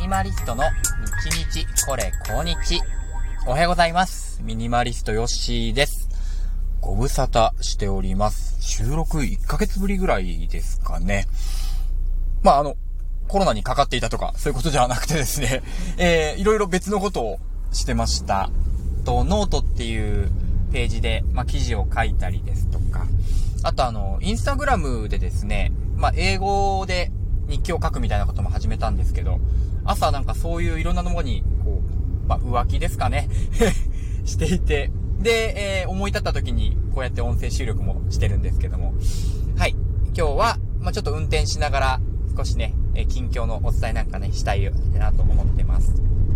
ニマリストの日日これ今日。おはようございます。ミニマリストヨッシーです。ご無沙汰しております。収録1ヶ月ぶりぐらいですかね。コロナにかかっていたとかそういうことではなくてですね、いろいろ別のことをしてました。ノートっていうページで記事を書いたりですとか、あとインスタグラムでですね、英語で日記を書くみたいなことも始めたんですけど、朝そういういろんなものに浮気ですかねしていて、で、思い立った時にこうやって音声収録もしてるんですけども、はい、今日はちょっと運転しながら少しね、近況のお伝えしたいなと思ってます。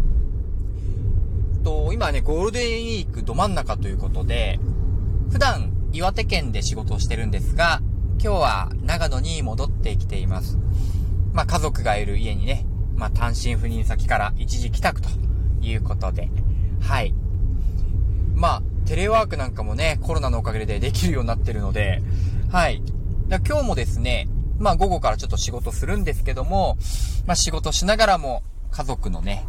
今はね、ゴールデンウィークど真ん中ということで、普段岩手県で仕事をしてるんですが、今日は長野に戻ってきています。家族がいる家にね、単身赴任先から一時帰宅ということで、はい。テレワークなんかもね、コロナのおかげでできるようになってるので、はい。今日もですね、午後からちょっと仕事するんですけども、仕事しながらも家族のね、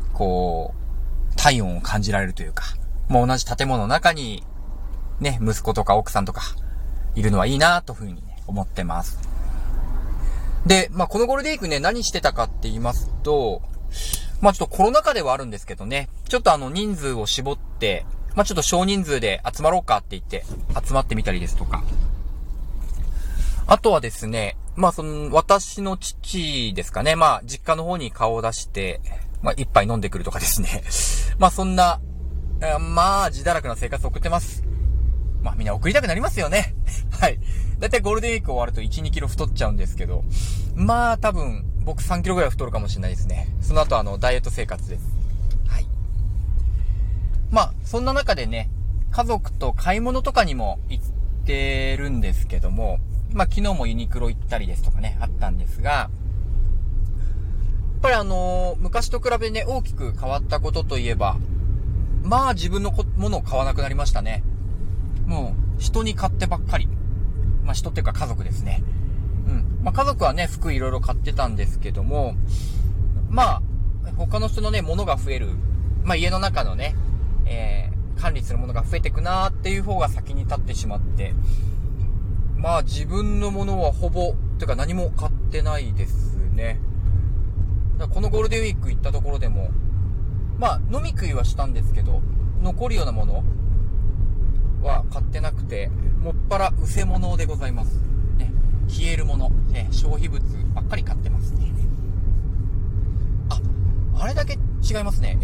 体温を感じられるというか、同じ建物の中にね、息子とか奥さんとかいるのはいいなというふうに、思ってます。で、このゴールデンウィークね、何してたかって言いますと、ちょっとコロナ禍ではあるんですけどね、ちょっと人数を絞って、ちょっと少人数で集まろうかって言って集まってみたりですとか、あとはですね、私の父ですかね、実家の方に顔を出して、一杯飲んでくるとかですね。そんな、自堕落な生活を送ってます。みんな送りたくなりますよね。はい。だいたいゴールデンウィーク終わると1、2キロ太っちゃうんですけど、多分、僕3キロぐらい太るかもしれないですね。その後ダイエット生活です。はい。そんな中でね、家族と買い物とかにも行ってるんですけども、昨日もユニクロ行ったりですとかね、あったんですが、やっぱり昔と比べね、大きく変わったことといえば、自分のものを買わなくなりましたね。もう、人に買ってばっかり。人っていうか家族ですね。家族はね、服いろいろ買ってたんですけども、他の人のね、物が増える。家の中のね、管理するものが増えてくなーっていう方が先に立ってしまって、自分のものはほぼ、てか何も買ってないですね。このゴールデンウィーク行ったところでも、飲み食いはしたんですけど、残るようなものは買ってなくて、もっぱらうせ物でございます。ね、消えるもの、ね、消費物ばっかり買ってますね。あれだけ違いますね。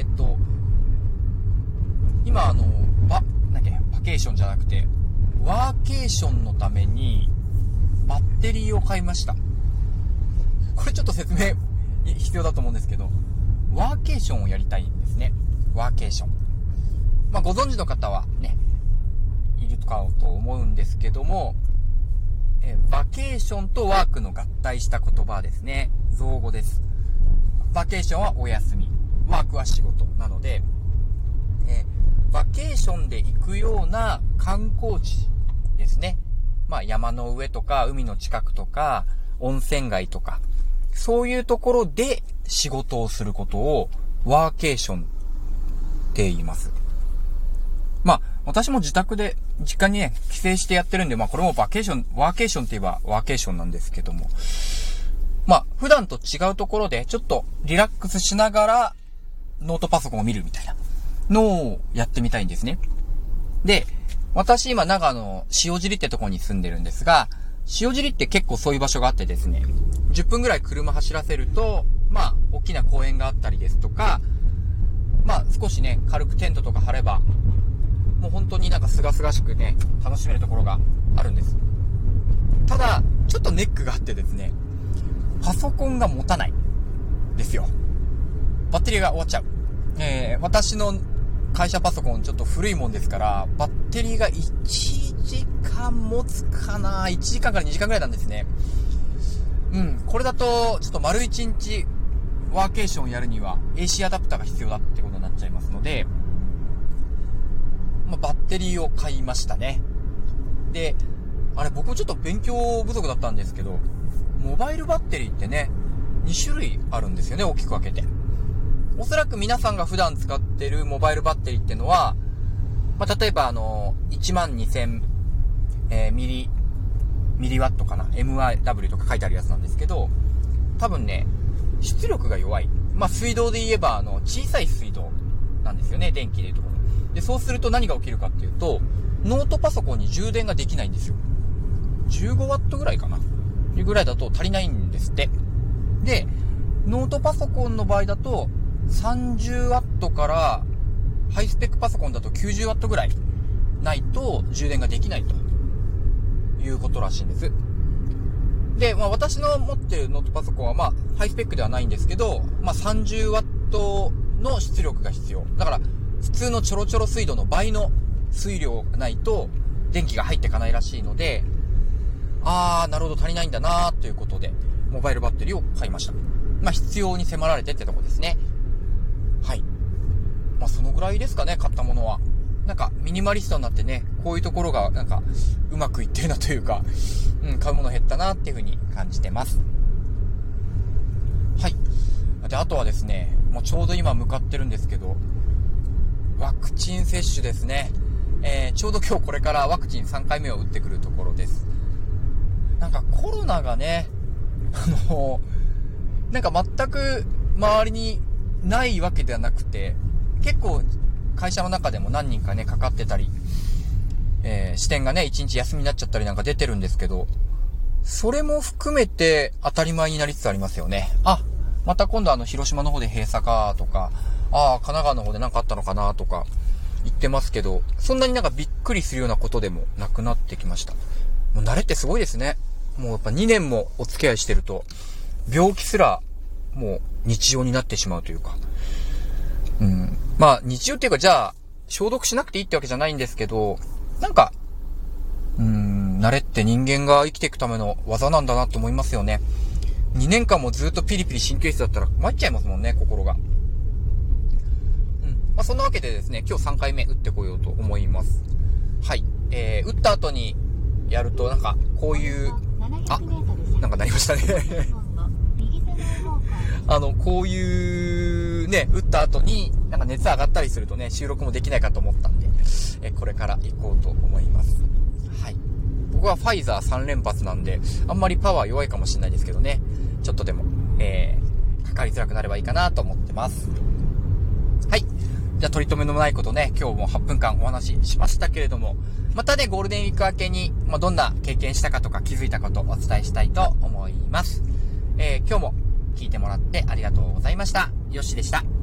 今バケーションじゃなくて、ワーケーションのためにバッテリーを買いました。これちょっと説明必要だと思うんですけど、ワーケーションをやりたいんですね。ワーケーション。ご存知の方はね、いるかと思うんですけども、バケーションとワークの合体した言葉ですね。造語です。バケーションはお休み、ワークは仕事なので、バケーションで行くような観光地ですね。山の上とか海の近くとか温泉街とか、そういうところで仕事をすることをワーケーションって言います。私も自宅で実家にね、帰省してやってるんで、これもワーケーションって言えばワーケーションなんですけども、普段と違うところでちょっとリラックスしながらノートパソコンを見るみたいなのをやってみたいんですね。で、私今長野塩尻ってところに住んでるんですが、塩尻って結構そういう場所があってですね、10分ぐらい車走らせると、大きな公園があったりですとか、少しね、軽くテントとか張れば、もう本当にすがすがしくね、楽しめるところがあるんです。ただ、ちょっとネックがあってですね、パソコンが持たないですよ。バッテリーが終わっちゃう。私の会社パソコンちょっと古いもんですから、バッテリーが1時間持つかな、1時間から2時間ぐらいなんですね。これだとちょっと丸1日ワーケーションをやるには AC アダプターが必要だってことになっちゃいますので、バッテリーを買いましたね。で、僕もちょっと勉強不足だったんですけど、モバイルバッテリーってね、 2種類あるんですよね、大きく分けて。おそらく皆さんが普段使ってるモバイルバッテリーってのは、例えば12000、ミリワットかな MIW とか書いてあるやつなんですけど、多分ね、出力が弱い。水道で言えば小さい水道なんですよね、電気でいうところ。で、そうすると何が起きるかっていうと、ノートパソコンに充電ができないんですよ。15ワットぐらいかないうぐらいだと足りないんですって。で、ノートパソコンの場合だと30ワットからハイスペックパソコンだと90ワットぐらいないと充電ができないということらしいんです。で、私の持ってるノートパソコンはハイスペックではないんですけど、30ワットの出力が必要。だから普通のちょろちょろ水道の倍の水量がないと電気が入っていかないらしいので、なるほど足りないんだなということでモバイルバッテリーを買いました。必要に迫られてってとこですね。はい。そのぐらいですかね、買ったものは。ミニマリストになってね、こういうところがうまくいってるなというか、買うもの減ったなっていう風に感じてます。はい。で、あとはですね、もうちょうど今向かってるんですけど、ワクチン接種ですね。ちょうど今日これからワクチン3回目を打ってくるところです。コロナがね、全く周りにないわけではなくて、結構会社の中でも何人かね、かかってたり、支店がね、1日休みになっちゃったり出てるんですけど、それも含めて当たり前になりつつありますよね。また今度広島の方で閉鎖かとか、神奈川の方であったのかなとか言ってますけど、そんなにびっくりするようなことでもなくなってきました。もう慣れってすごいですね。もうやっぱ2年もお付き合いしてると、病気すらもう日常になってしまうというか。日常っていうか、じゃあ、消毒しなくていいってわけじゃないんですけど、慣れって人間が生きていくための技なんだなと思いますよね。2年間もずっとピリピリ神経質だったら参っちゃいますもんね、心が。そんなわけでですね、今日3回目打ってこようと思います。はい。打った後にやるとこういう、なりましたね。こういうね、打った後に熱上がったりするとね、収録もできないかと思ったんで、これから行こうと思います。はい。僕はファイザー3連発なんで、あんまりパワー弱いかもしれないですけどね、ちょっとでも、かかりづらくなればいいかなと思ってます。はい。じゃあ取り留めのないことね、今日も8分間お話ししましたけれども、またね、ゴールデンウィーク明けに、どんな経験したかとか気づいたことをお伝えしたいと思います。今日も聞いてもらってありがとうございました。よっしーでした。